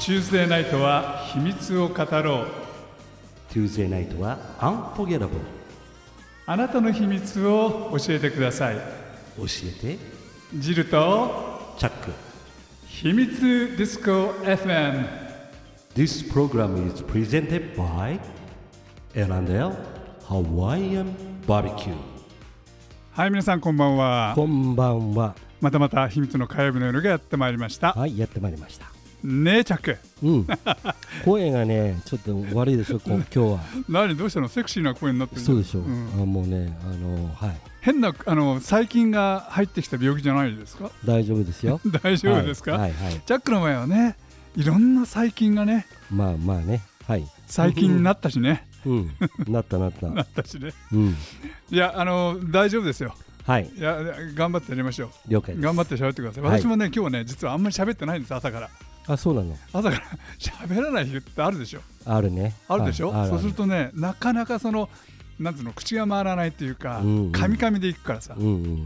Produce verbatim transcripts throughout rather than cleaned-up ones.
Tuesday ナイトは秘密を語ろう。 Tuesday ナイトは Unforgettable。 あなたの秘密を教えてください。 教えてジルとチャック。 秘密ディスコ エフエム。 This program is presented by エルアンドエル Hawaiian Barbecue。 はい、皆さんこんばんは。 こんばんは。 またまた秘密の火曜日の夜がやってまいりました。 はい、やってまいりましたねえチャック、 うん、声がねちょっと悪いでしょ今日は。 何どうしたの？セクシーな声になってる。 そうでしょ、 うん、 あもうねあのはい変なあの細菌が入ってきた病気じゃないですか？ 大丈夫ですよ大丈夫ですか？ はいはいはい、 チャックの前はねいろんな細菌がねまあまあねはい細菌になったしねうん、なったなったなったしね、 うん、 いやあの大丈夫ですよ。 はい、 いや頑張ってやりましょう。 了解です。 頑張って喋ってください。私もね、はい、今日ね実はあんまり喋ってないんです。朝から。 あ、そうなの。 朝から喋らない日ってあるでしょ。 あるね。 あるでしょ。 あるある。 そうするとねなかなかそのなんつうの口が回らないっていうか、 うんうん、 カミカミでいくからさ、 うんうんうんうん、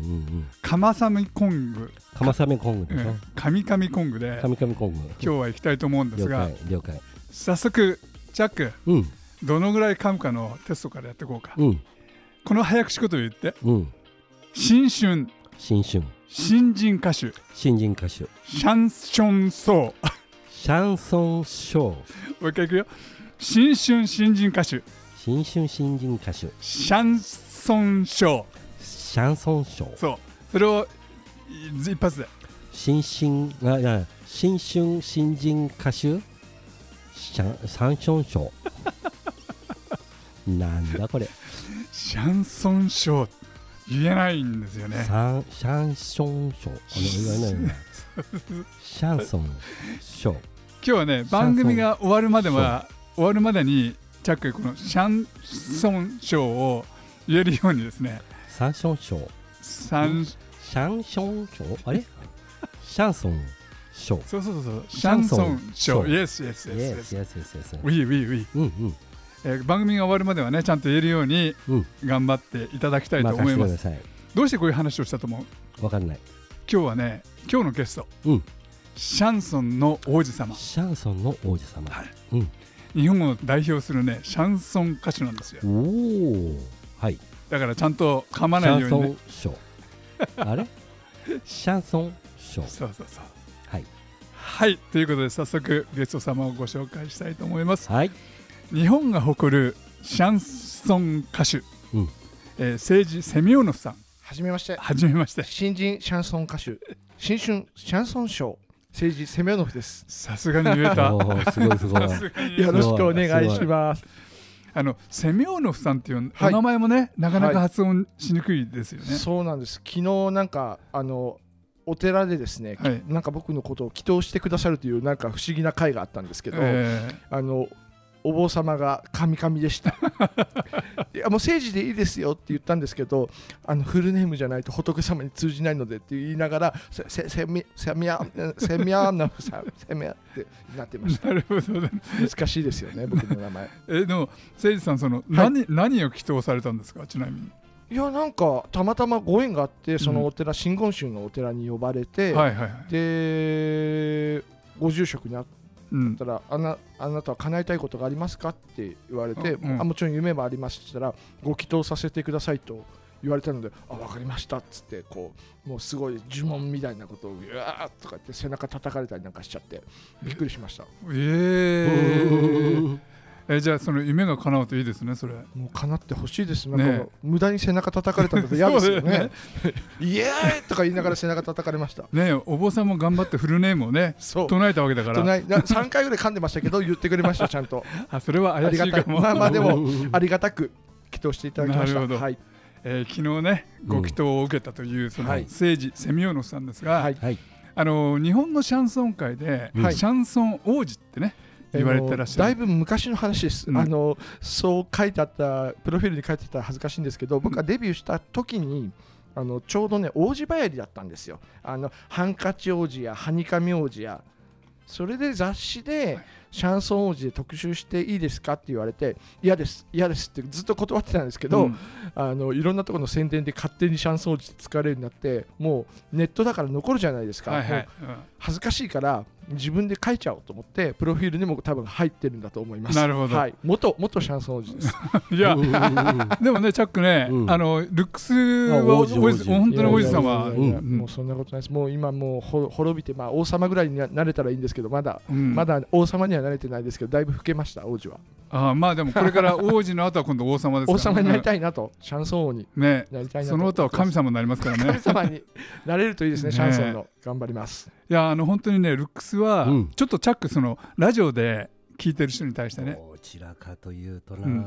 カマサミコングカマサミコングでしょ、うん、 カミカミコングでカミカミコング今日は行きたいと思うんですが、 了解了解。 早速チャック、 うん、 どのぐらい噛むかのテストからやっていこうか、 うん、 この早口言葉言って、 うん、 新春新春新人歌手新人歌手シャンソンソーシャンソンショー。もう一回いくよ。新春新人歌手新春新人歌手シャンソンショーシャンソンショー。 そうそれを一発で新春あ新春新人歌手シャンサンションショーなんだこれシャンソンショー言えないんですよね。 サンシャンソンショーあの言わないなシャンソンショー。 今日はね番組が終わるまでは終わるまでにチャックこのシャンソンショーを言えるようにですね。 サンションショーサンシャンションショーあれシャンソンショー。 そうそうそうシャンソンショー。イエスイエスイエスイエスイエスイエスイエス。 ウィーウィーウィー。 うんうん。 えー、番組が終わるまではねちゃんと言えるように頑張っていただきたいと思います、うん、どうしてこういう話をしたと思う？ わかんない。 今日はね今日のゲスト、 うん、 シャンソンの王子様。 シャンソンの王子様、 はい、 うん、 日本を代表するねシャンソン歌手なんですよ。 おー、はい。 だからちゃんと噛まないようにね。 シャンソンショーあれシャンソンショー。 そうそうそう。 はいはいということで早速ゲスト様をご紹介したいと思います。 はい。 日本が誇るシャンソン歌手、 うん、 えー、政治セミオノフさん。 はじめまして。 はじめまして。 新人シャンソン歌手新春シャンソンショー政治セミオノフです。 さすがに言えたすごいすごいよろしくお願いします。 あのセミオノフさんっていうお名前もね、はい、なかなか発音しにくいですよね、 はい、そうなんです。昨日なんかあのお寺でですね、はい、なんか僕のことを祈祷してくださるというなんか不思議な会があったんですけど、えー、あのお坊様がカミカミでしたいやもう政治でいいですよって言ったんですけど、あのフルネームじゃないと仏様に通じないのでって言いながらセセセミセミアセミアナフさんセミアってなってました。 なるほど、ね、 難しいですよね僕の名前えでも誠司さんその、はい、何, 何を祈祷されたんですか？ちなみに。 いやなんかたまたまご縁があってそのお寺、うん、真言宗のお寺に呼ばれて、 はいはいはい、 でご住職に会ってうん、 たら あ, なあなたは叶えたいことがありますかって言われて、 うん、 あもちろん夢もありますって言ったらご祈祷させてくださいと言われたので、あ分かりましたっつってこうもうすごい呪文みたいなことをうわーっとか言って背中叩かれたりなんかしちゃってびっくりしました。 えーえじゃあその夢が叶うといいですね。それもう叶ってほしいです。なんか、ね、無駄に背中叩かれたので嫌ですよねイエーイとか言いながら背中叩かれましたね。お坊さんも頑張ってフルネームをね唱えたわけだから唱えさんかいぐらい噛んでましたけど言ってくれましたちゃんとあそれは怪しいかも。 まあまあでもありがたく祈祷していただきました。 なるほど、はいえー、昨日ねご祈祷を受けたというその政治セミオノフさんですが、はいはい、あの日本のシャンソン界で、はい、シャンソン王子ってね言われてらっしゃる。 だいぶ昔の話です、うん、あのそう書いてあったプロフィールに書いてあったら恥ずかしいんですけど、僕がデビューした時にあのちょうどね王子流行りだったんですよ。あのハンカチ王子やハニカミ王子やそれで雑誌でシャンソン王子で特集していいですかって言われて、嫌です嫌ですってずっと断ってたんですけど、うん、あのいろんなところの宣伝で勝手にシャンソン王子って使われるようになって、もうネットだから残るじゃないですか、はいはい、恥ずかしいから自分で書いちゃおうと思ってプロフィールにも多分入ってるんだと思います。 なるほど、 はい、元, 元シャンソン王子ですいやでもねチャックね、うん、あのルックスは王子王子本当に王子様、 もうそんなことないです。もう今もう滅びて、まあ、王様ぐらいになれたらいいんですけど、まだ、うん、まだ王様にはなれてないですけど、だいぶ老けました王子は。 あまあでもこれから王子の後は今度王様ですから、ね、 王様になりたいなと、シャンソン王になりたいなと、ね、その後は神様になりますからね神様になれるといいですねシャンソンの、頑張ります。 いやあの本当にねルックスは、うん、ちょっとチャックそのラジオで聞いてる人に対してね、 どちらかというとな、うん、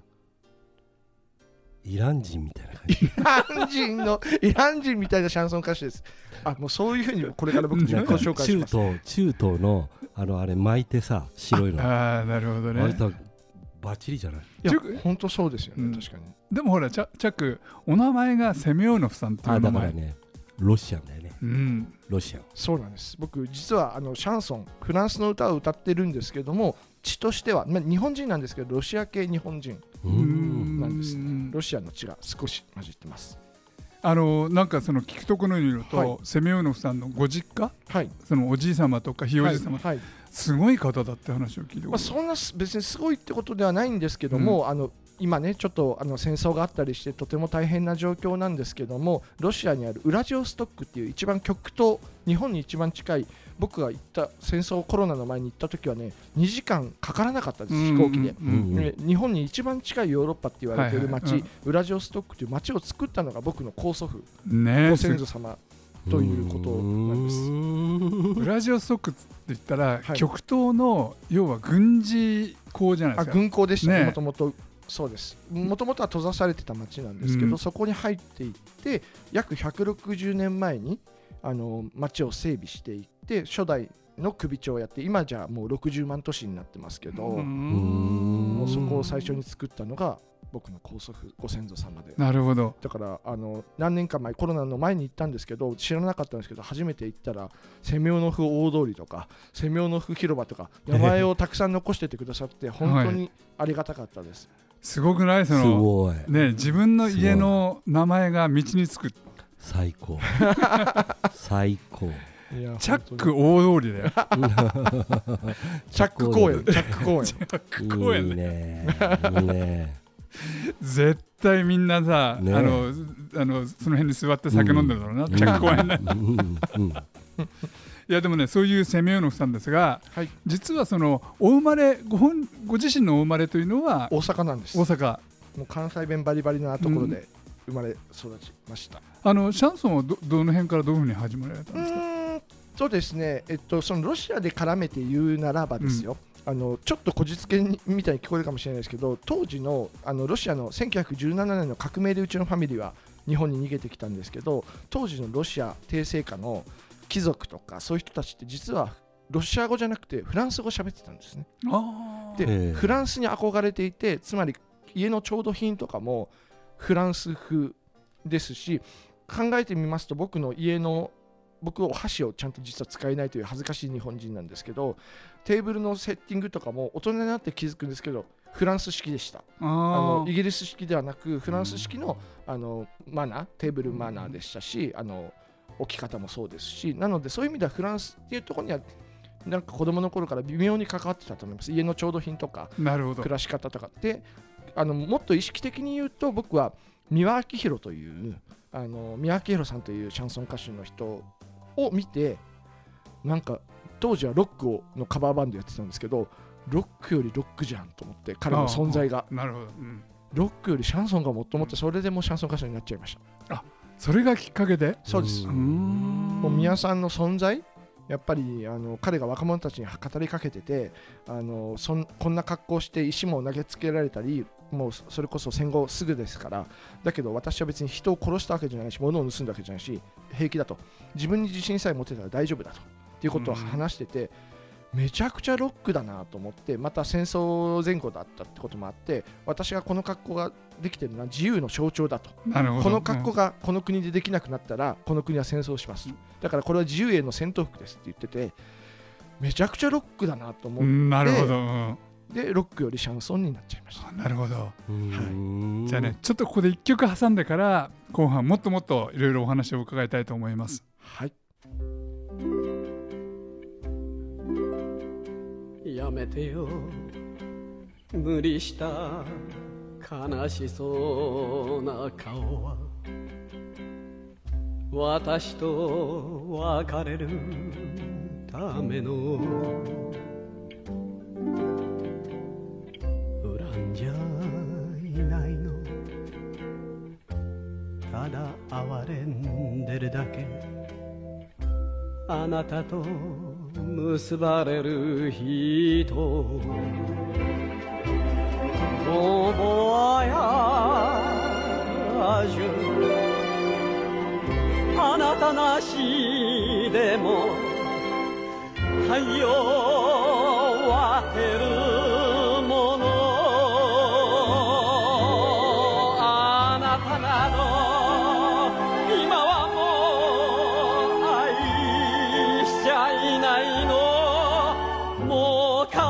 イラン人みたいな感じ。 イラン人のイラン人みたいなシャンソン歌手です。あ、もうそういうふうにこれから僕自己紹介します。 中東中東のあのあれ巻いてさ白いの。 ああなるほどね。 割とバッチリじゃない。いや本当そうですよね、うん、確かに。 でもほらチャチャックお名前がセミオーノフさんっていう名前。あだからねロシアンだよね。 うん、 ロシアン。 そうなんです。僕実はあのシャンソンフランスの歌を歌ってるんですけども、血としては、まあ、日本人なんですけどロシア系日本人なんですね。ロシアの血が少し混じってます。 あのなんかその聞くところによると、はい、セミオーノフさんのご実家、はい、そのおじい様とかひいおじい様、はいはい、すごい方だって話を聞いて、まあ、 そんな別にすごいってことではないんですけども、うん、あの今ねちょっとあの戦争があったりしてとても大変な状況なんですけども、ロシアにあるウラジオストックっていう一番極東、日本に一番近い、僕が行った戦争コロナの前に行った時はねにじかんかからなかったです、飛行機で、うんうん、日本に一番近いヨーロッパって言われている町、はいはい、ウラジオストックという町を作ったのが僕の高祖父、ね、ご先祖様ということなんです。 ウラジオストックって言ったら、はい、極東の要は軍事港じゃないですか。 あ、軍港でしたね、もともと。そうです。もともとは閉ざされてた町なんですけど、うん、そこに入っていって約ひゃくろくじゅうねんまえにあの町を整備していって初代の首長をやって、今じゃもうろくじゅうまん都市になってますけど、うーん、もうそこを最初に作ったのが僕の高祖父ご先祖様で。 なるほど。 だからあの何年か前コロナの前に行ったんですけど知らなかったんですけど、初めて行ったらセミオノフ大通りとかセミオノフ広場とか名前をたくさん残しててくださって本当にありがたかったです、はい、 すごくない？そのすごい、 ね、自分の家の名前が道につく。 最高最高。 チャック大通りだよチャック公園チャック公園チャック公園いいねいいね絶対みんなさ、ね、あのあのその辺に座って酒飲んでるだろうな、うん、チャック公園ね、うんうん、いやでもねそういうセミオノフさんですが、はい、実はそのお生まれ ご, 本ご自身のお生まれというのは大阪なんです。 大阪、 もう関西弁バリバリなところで生まれ育ちました、うん、 あのシャンソンは ど, どの辺からどういうふうに始まられたんですか？うーんそうですね、えっと、そのロシアで絡めて言うならばですよ、うん、あのちょっとこじつけみたいに聞こえるかもしれないですけど、当時 の, あのロシアのせんきゅうひゃくじゅうななねんの革命でうちのファミリーは日本に逃げてきたんですけど、当時のロシア帝政下の貴族とかそういう人たちって実はロシア語じゃなくてフランス語喋ってたんですね。 あでフランスに憧れていて、つまり家の調度品とかもフランス風ですし、考えてみますと僕の家の僕お箸をちゃんと実は使えないという恥ずかしい日本人なんですけど、テーブルのセッティングとかも大人になって気づくんですけどフランス式でした。あのイギリス式ではなくフランス式 の, あのマナー、テーブルマナーでしたし、あの置き方もそうですし、なのでそういう意味ではフランスっていうところにはなんか子供の頃から微妙に関わってたと思います。家の調度品とか暮らし方とかで、あのもっと意識的に言うと僕は三輪明宏というあの三輪明宏さんというシャンソン歌手の人を見て、なんか当時はロックをのカバーバンドやってたんですけど、ロックよりロックじゃんと思って、彼の存在がなるほど、うん、 ロックよりシャンソンがもっともって、それでもうシャンソン歌手になっちゃいました。 あ、それがきっかけで？ そうです。うーん、もう宮さんの存在、やっぱりあの彼が若者たちに語りかけてて、あのそんこんな格好して石も投げつけられたり、もうそれこそ戦後すぐですから、だけど私は別に人を殺したわけじゃないし、物を盗んだわけじゃないし、平気だと、自分に自信さえ持ってたら大丈夫だとっていうことを話してて、めちゃくちゃロックだなと思って、また戦争前後だったってこともあって、私がこの格好ができてるのは自由の象徴だと。なるほど。この格好がこの国でできなくなったらこの国は戦争します、だからこれは自由への戦闘服ですって言ってて、 めちゃくちゃロックだなと思って、 なるほど、うん、 でロックよりシャンソンになっちゃいました。 なるほど、はい、 じゃあねちょっとここでいっきょく挟んでから後半もっともっといろいろお話を伺いたいと思います。 はい。 やめてよ無理した悲しそうな顔は私と別れるための恨んじゃいないのただ哀れんでるだけあなたと結ばれる人ボボヤージュあなたなしでも太陽は減るものあなたなど今はもう愛しちゃいないのもう帰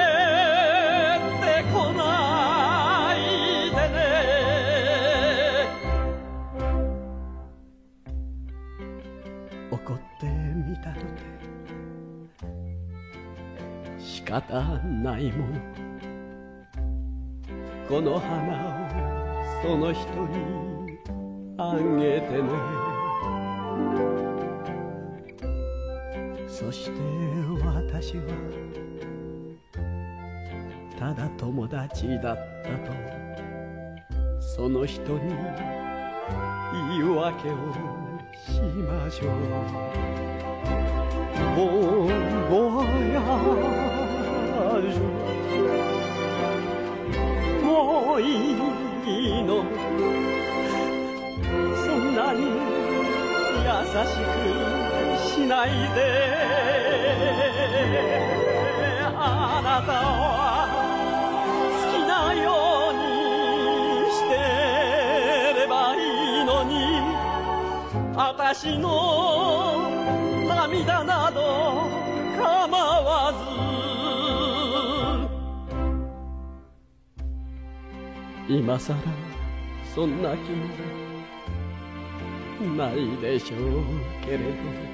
ってこないでね怒ってみたとて仕方ないものこの花をその人にあげてねそして私はただ友達だったとその人に言い訳をしましょうボンボヤージュもういいのそんなに優しくしないであなたは好きなようにしてればいいのに私の涙など構わず今さらそんな気もないでしょうけれど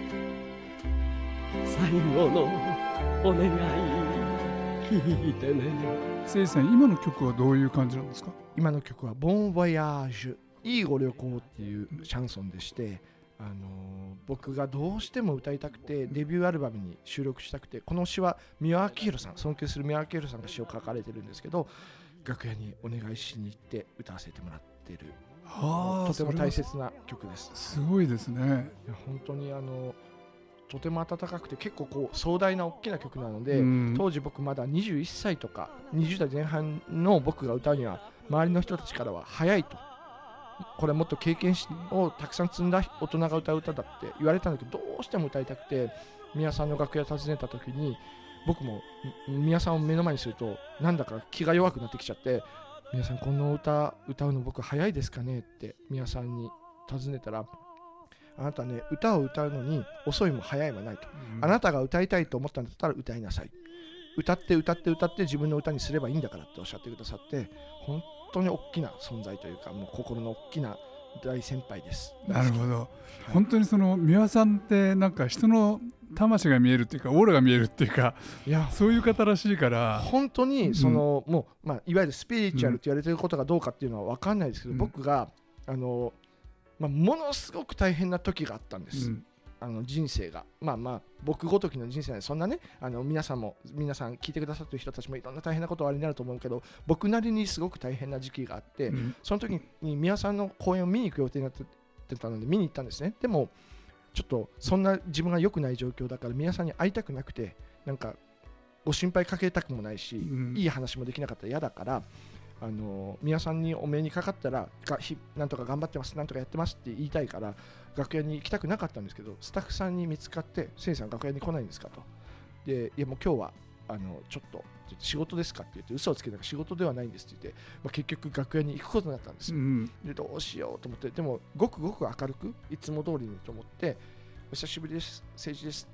最後のお願い聞いてね。 せいさん今の曲はどういう感じなんですか？ 今の曲はボンボヤージュいいご旅行っていうシャンソンでしてあのー、僕がどうしても歌いたくてデビューアルバムに収録したくてこの詩は三輪明宏さん尊敬する三輪明宏さんが詩を書かれてるんですけど楽屋にお願いしに行って歌わせてもらってるとても大切な曲です。 すごいですね。 いや本当にあのとても温かくて結構こう壮大な大きな曲なので、うん、当時僕まだにじゅういっさいとかにじゅうだいぜん半の僕が歌うには周りの人たちからは早いとこれはもっと経験をたくさん積んだ大人が歌う歌だって言われたんだけどどうしても歌いたくて宮さんの楽屋訪ねた時に僕も宮さんを目の前にするとなんだか気が弱くなってきちゃって宮さんこの歌歌うの僕早いですかねって宮さんに尋ねたらあなたね歌を歌うのに遅いも早いもないと、うん、あなたが歌いたいと思ったんだったら歌いなさい歌って歌って歌って自分の歌にすればいいんだからっておっしゃってくださって本当に大きな存在というかもう心の大きな大先輩です。 なるほど、はい、本当にその三輪さんってなんか人の魂が見えるっていうかオーラが見えるっていうかいやそういう方らしいから本当にその、うん、もう、まあ、いわゆるスピリチュアルって言われてることがどうかっていうのは分かんないですけど、うん、僕があの、まあ、ものすごく大変な時があったんです、うん、あの人生がまあまあ僕ごときの人生なんでそんなねあの皆さんも皆さん聞いてくださってる人たちもいろんな大変なことはありになると思うけど僕なりにすごく大変な時期があって、うん、その時に宮さんの公演を見に行く予定になってたので見に行ったんですね。でもちょっとそんな自分が良くない状況だから宮さんに会いたくなくてなんかご心配かけたくもないし、うん、いい話もできなかったら嫌だからあの宮さんにお目にかかったらがひなんとか頑張ってますなんとかやってますって言いたいから楽屋に行きたくなかったんですけどスタッフさんに見つかってせいさん楽屋に来ないんですかとでいやもう今日はあのちょっと仕事ですかって言って嘘をつけたから仕事ではないんですって言って、まあ、結局楽屋に行くことになったんですよ、うん、でどうしようと思ってでもごくごく明るくいつも通りにと思ってお久しぶりです政治ですって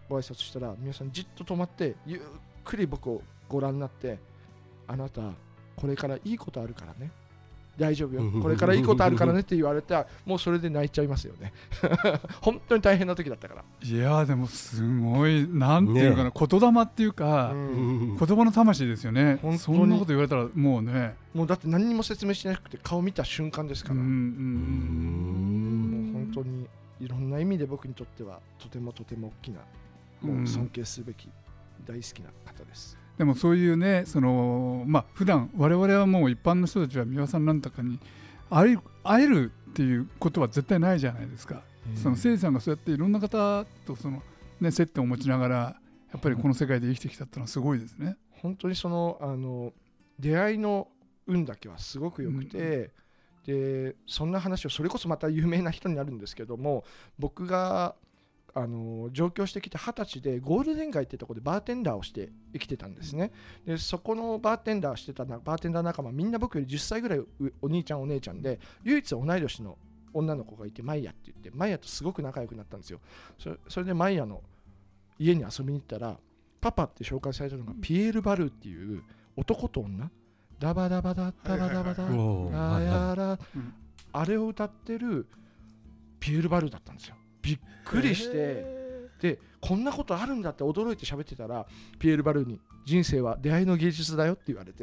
ご挨拶したら皆さんじっと止まってゆっくり僕をご覧になって、あなたこれからいいことあるからね、大丈夫よ、これからいいことあるからねって言われたらもうそれで泣いちゃいますよね本当に大変な時だったから。 いやでもすごいなんていうかな、ね、言霊っていうか、うん、言葉の魂ですよね。そんなこと言われたらもうね、 もうだって何にも説明しなくて顔見た瞬間ですから、うんうん、もう本当にいろんな意味で僕にとってはとてもとても大きな、もう尊敬すべき大好きな方です。 でもそういうね、そのまあ普段我々はもう一般の人たちは三輪さんなんとかに会える、会えるっていうことは絶対ないじゃないですか。そのせいさんがそうやっていろんな方とその、ね、接点を持ちながらやっぱりこの世界で生きてきたってのはすごいですね。 本当にその、あの出会いの運だけはすごく良くて、うん、でそんな話をそれこそまた有名な人になるんですけども、僕があの上京してきてはたちでゴールデン街ってところでバーテンダーをして生きてたんですね。でそこのバーテンダーしてたバーテンダー仲間みんな僕よりじゅっさいぐらいお兄ちゃんお姉ちゃんで、唯一同い年の女の子がいてマイヤって言って、マイヤとすごく仲良くなったんですよ。それ、それでマイヤの家に遊びに行ったらパパって紹介されたのがピエール・バルーっていう男と女、ダバダバダダバダバダあやら、あれを歌ってるピエール・バルーだったんですよ。びっくりして、でこんなことあるんだって驚いて喋ってたら、ピエール・バルーに人生は出会いの芸術だよって言われて、うん、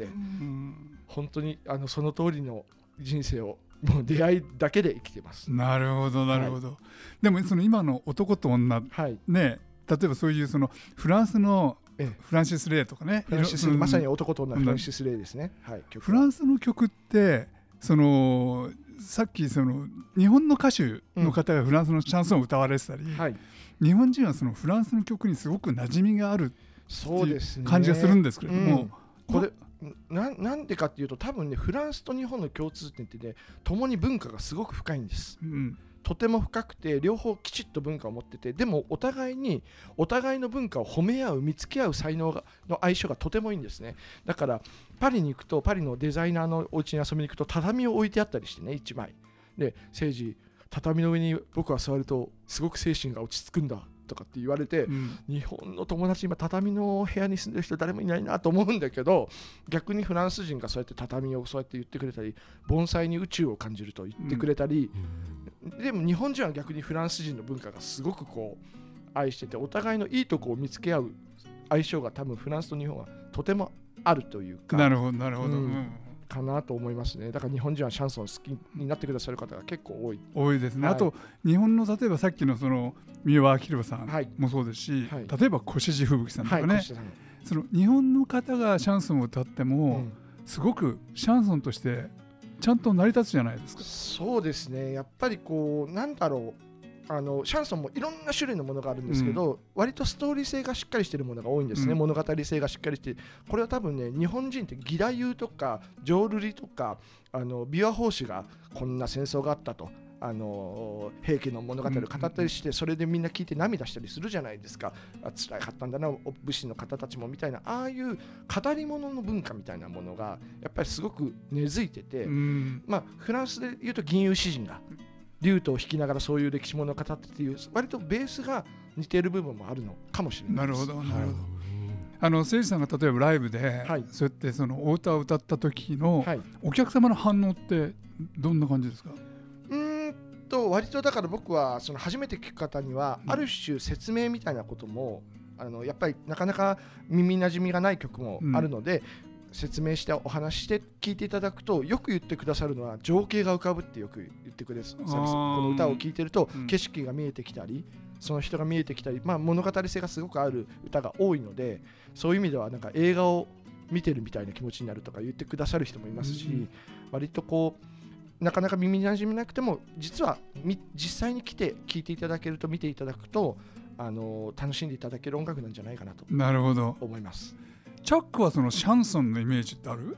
本当にあのその通りの人生をもう出会いだけで生きてます。 なるほどなるほど、はい、でもその今の男と女、はい、ね、例えばそういうそのフランスのフランシス・レイとかね、 フランシスまさに男と女フランシス・レイですね、はい、 フランスの曲ってそのさっきその日本の歌手の方がフランスのシャンソンを歌われてたり、うん、はい、日本人はそのフランスの曲にすごく馴染みがあるっていう感じがするんですけれども、うん、 これ な, なんでかっていうと多分ね、フランスと日本の共通点ってね、共に文化がすごく深いんです、うん、とても深くて両方きちっと文化を持ってて、でもお互いにお互いの文化を褒め合う見つけ合う才能がの相性がとてもいいんですね。だからパリに行くと、パリのデザイナーのお家に遊びに行くと畳を置いてあったりしてね、いちまいで、誠治畳の上に僕は座るとすごく精神が落ち着くんだとかって言われて、うん、日本の友達今畳の部屋に住んでる人誰もいないなと思うんだけど、逆にフランス人がそうやって畳をそうやって言ってくれたり、盆栽に宇宙を感じると言ってくれたり、うん、でも日本人は逆にフランス人の文化がすごくこう愛してて、お互いのいいとこを見つけ合う相性が多分フランスと日本はとてもあるというか、 なるほどなるほど、うんうん、 かなと思いますね。だから日本人はシャンソン好きになってくださる方が結構多い多いですね、はい、あと日本の例えばさっきのその三輪明宏さんもそうですし、はい、例えば越路吹雪さんとかね、はい、その日本の方がシャンソンを歌っても、うん、すごくシャンソンとしてちゃんと成り立つじゃないですか。 そうですね、やっぱりこうなんだろう、あのシャンソンもいろんな種類のものがあるんですけど、うん、割とストーリー性がしっかりしているものが多いんですね、うん、物語性がしっかりしている。これは多分ね、日本人って義太夫とか浄瑠璃とかあの琵琶法師がこんな戦争があったと、あの平家の物語を語ったりして、それでみんな聞いて涙したりするじゃないですか。あ、辛かったんだな武士の方たちもみたいな、ああいう語り物の文化みたいなものがやっぱりすごく根付いてて、うん、まあフランスでいうと吟遊詩人が竜とを弾きながらそういう歴史物を語ってっていう、割とベースが似ている部分もあるのかもしれないです。 なるほどなるほど、はい、あの誠司さんが例えばライブで、はい、そうやってそのお歌を歌った時のお客様の反応ってどんな感じですか？ うーんと割とだから僕はその初めて聞く方にはある種説明みたいなことも、うん、あのやっぱりなかなか耳なじみがない曲もあるので、うん、説明してお話して聞いていただくと、よく言ってくださるのは情景が浮かぶってよく言ってくれる。この歌を聞いてると景色が見えてきたり、うん、その人が見えてきたり、まあ、物語性がすごくある歌が多いので、そういう意味ではなんか映画を見てるみたいな気持ちになるとか言ってくださる人もいますし、うん、割とこうなかなか耳に馴染みなくても実は実際に来て聴いていただけると、見ていただくとあの楽しんでいただける音楽なんじゃないかなと思います。 チャックはそのシャンソンのイメージってある？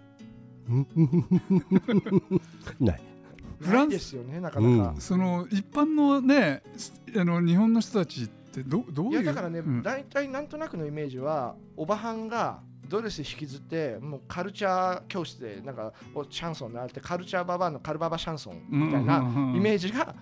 ないフランスですよね、なかなか、 うん、その一般のね、あの日本の人たちってどどういう？いやだからね、うん、大体なんとなくのイメージはおばはんがドレス引きずってもうカルチャー教室でなんかシャンソン習ってカルチャーババアのカルババシャンソンみたいなイメージが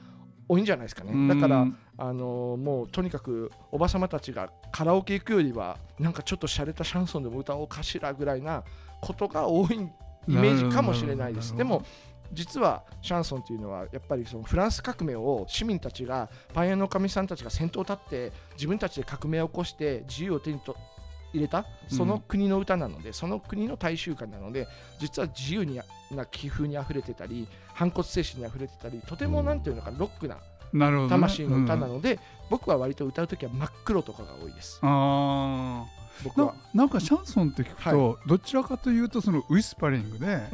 多いんじゃないですかね。だからあのもうとにかくおばさまたちがカラオケ行くよりはなんかちょっと洒落たシャンソンでも歌おうかしらぐらいなことが多いイメージかもしれないです。でも実はシャンソンというのはやっぱりそのフランス革命を市民たちがパン屋のおかみさんたちが先頭を立って自分たちで革命を起こして自由を手にと入れたその国の歌なので、うん、その国の大衆歌なので実は自由な気風にあふれてたり反骨精神にあふれてたりとてもなんていうのかロックな魂の歌なので、うん、僕は割と歌うときは真っ黒とかが多いです。 あ僕は な, なんかシャンソンって聞くと、はい、どちらかというとそのウィスパリングで、うん、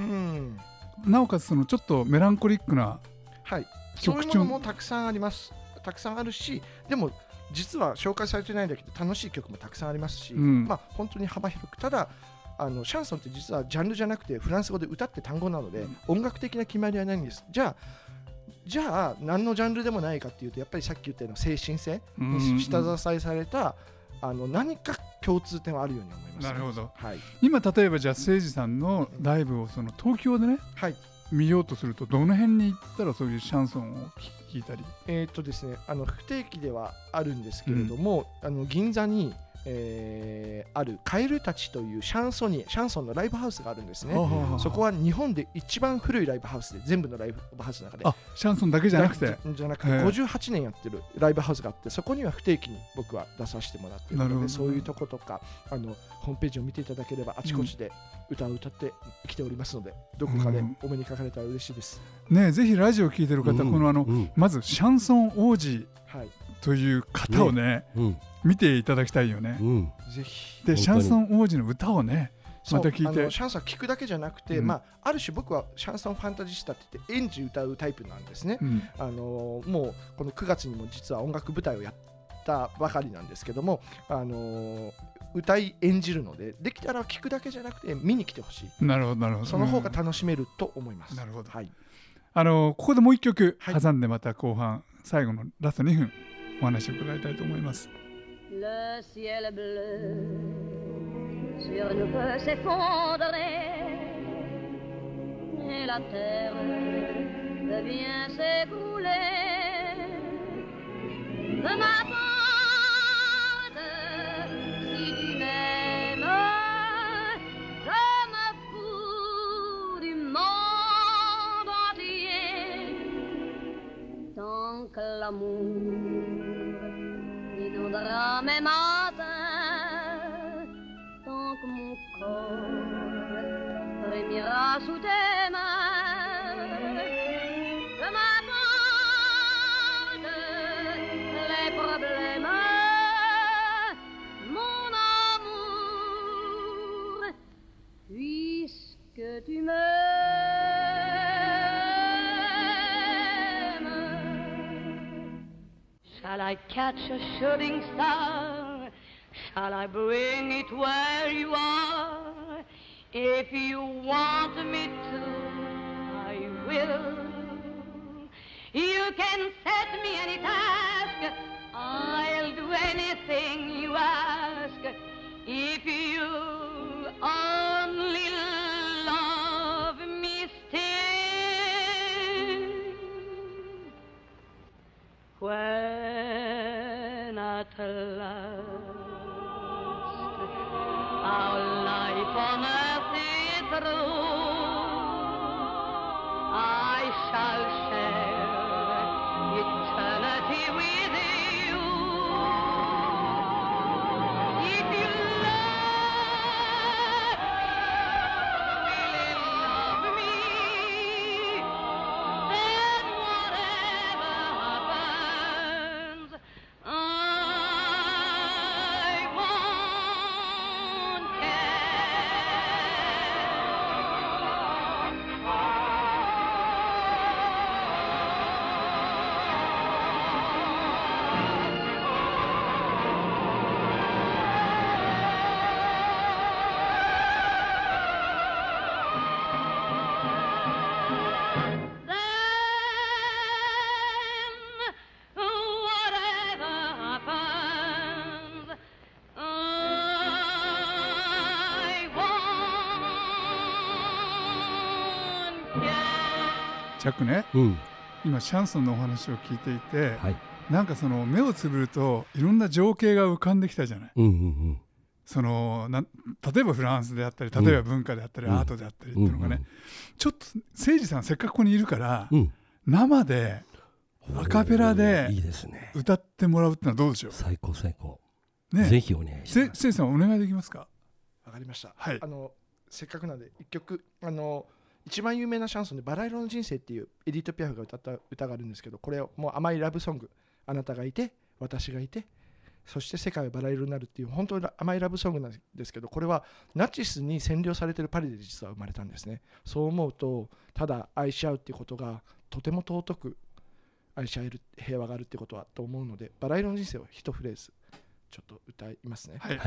なおかつそのちょっとメランコリックな、 はい、そういうものもたくさんあります。たくさんあるし、でも実は紹介されてないんだけど楽しい曲もたくさんありますし、うん、まあ本当に幅広く。ただあのシャンソンって実はジャンルじゃなくてフランス語で歌って単語なので、うん、音楽的な決まりはないんです。じゃあじゃあ何のジャンルでもないかっていうとやっぱりさっき言ったような精神性に下支えされた、あの何か共通点はあるように思います、ね、 なるほど、 はい、 今例えばじゃあ誠司さんのライブをその東京でね、はい、見ようとするとどの辺に行ったらそういうシャンソンを聞いたり。 えーっとですね、あの不定期ではあるんですけれども、うん、あの銀座にえー、あるカエルたちというシャンソニシャンソンのライブハウスがあるんですね。そこは日本で一番古いライブハウスで全部のライブハウスの中であシャンソンだけじゃなくてじゃなくてごじゅうはちねんやってるライブハウスがあって、そこには不定期に僕は出させてもらっているので、そういうとことかあのホームページを見ていただければあちこちで歌を歌ってきておりますので、うん、どこかでお目にかかれたら嬉しいです、 うん、ね、ぜひラジオを聞いてる方、うん、このあの、うん、まずシャンソン王子という方をね、うん、見ていただきたいよね、うん、 ぜひ。 でシャンソン王子の歌をねまた聞いて、 あのシャンソン聴くだけじゃなくて、うん、まあ、ある種僕はシャンソンファンタジスタって言って演じ歌うタイプなんですね、うん、あのもうこのくがつにも実は音楽舞台をやったばかりなんですけども、あの歌い演じるのでできたら聴くだけじゃなくて見に来てほしい。 なるほどなるほど。 その方が楽しめると思います、 うん、なるほど、 はい、 あのここでもう一曲挟んでまた後半、はい、最後のラストにふんお話を伺いたいと思います。 Le ciel bleu sur nous peut s'effondrer et la terre devient s'écrouler. De ma part, si tu m'aimes, je me fous du monde entier. Tant que l'amour inondera mes matins, tant que mon corps frémira sous tes mains. De ma part, les problèmes, mon amour, puisque tu m'aimes. Shall I catch a shooting star? Shall I bring it where you are? If you want me to, I will. You can set me any task, I'll do anything you ask. If you only love me still. When at last our life on earth is through, I shall share eternity with you. If you love, really love me, then whatever happens, I won't チャックね、うん、 今シャンソンのお話を聞いていて、 はい、 なんかその目をつぶるといろんな情景が浮かんできたじゃない、 うんうんうん、 そのな例えばフランスであったり、例えば文化であったり、うん、アートであったりっていうのがね、うんうん、ちょっと誠司さんせっかくここにいるから、うん、生でアカペラで歌ってもらうってのはどうでしょう。 最高最高、ね、ぜひお願いします。 誠司さんお願いできますか。 わかりました、 はい、 あのせっかくなんで一曲、あの一番有名なシャンソンでバラ色の人生っていうエディット・ピアフが歌った歌があるんですけど、これをもう甘いラブソング、あなたがいて私がいてそして世界はバラ色になるっていう本当に甘いラブソングなんですけど、これはナチスに占領されているパリで実は生まれたんですね。そう思うとただ愛し合うっていうことがとても尊く愛し合える平和があるってことはと思うので、バラ色の人生を一フレーズちょっと歌いますね。 はい、 はい。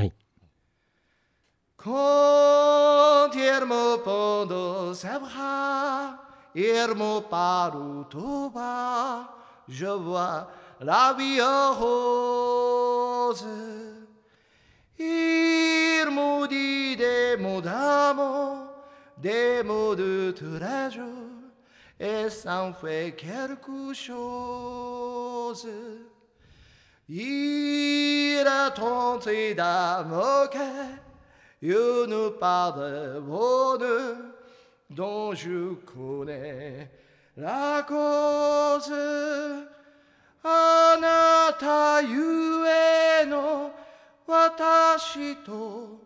Quand il me pond ses bras, il me parle tout bas, je vois la vie rose. Il me dit des mots d'amour, des mots de tous les jours, et ça en fait quelque chose. Il a tenté d'amorcer.Une part de bonheur dont je connais la cause. あなたゆえの私と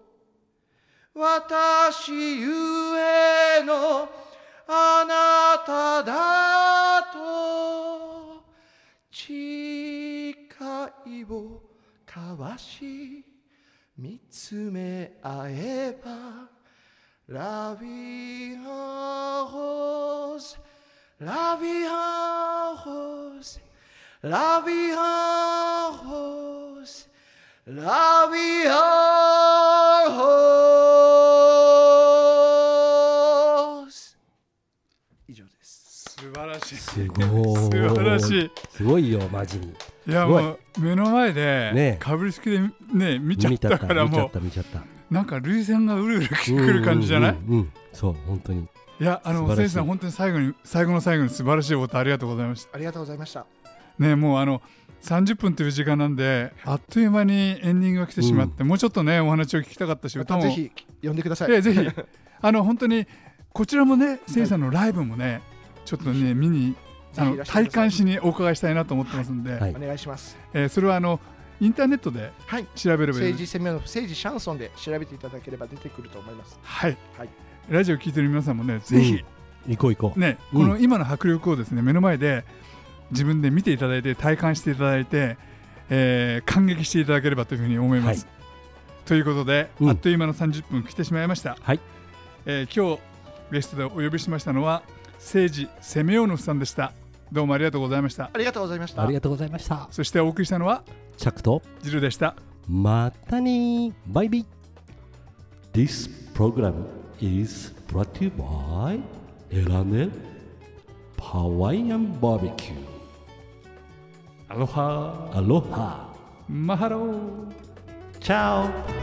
私ゆえのあなただと誓いを交わし見つめ合えば La vie en rose, la vie en rose, la vie en rose, la vie en rose 以上です。 素晴らしい。 すごい。 素晴らしい。 すごいよマジに。 いやもう目の前でかぶりつきでね見ちゃったからもうなんか涙腺がうるうるくる感じじゃない？ うんうんうん、そう本当に。 いやあの誠司さん本当に最後に最後の最後に素晴らしいことありがとうございました。 ありがとうございました。 ねもうあのさんじゅっぷんという時間なんであっという間にエンディングが来てしまって、うん、もうちょっとねお話を聞きたかったし歌もぜひ呼んでください。 いやぜひあの本当にこちらもね誠司さんのライブもねちょっとね見にあの体感しにお伺いしたいなと思ってますんで、 はい、お願いします、 えー、それはあのインターネットで調べればいい、 政治専門の政治シャンソンで調べていただければ出てくると思います。 はい、はい、ラジオ聞いてる皆さんもねぜひ、 うん、行こう行こう、 ね、この今の迫力をですね目の前で自分で見ていただいて体感していただいて、えー、感激していただければというふうに思います、はい、ということで、うん、あっという間のさんじゅっぷん来てしまいました、 はいえー、今日ゲストでお呼びしましたのは政治セメオノフさんでした。どうもありがとうございました。 ありがとうございました。 ありがとうございました。 そしてお送りしたのはチャックとジルでした。 またねバイビー。 This program is brought to you by エラネハワイアンバーベキュー。 アロハアロハマハローチャオ。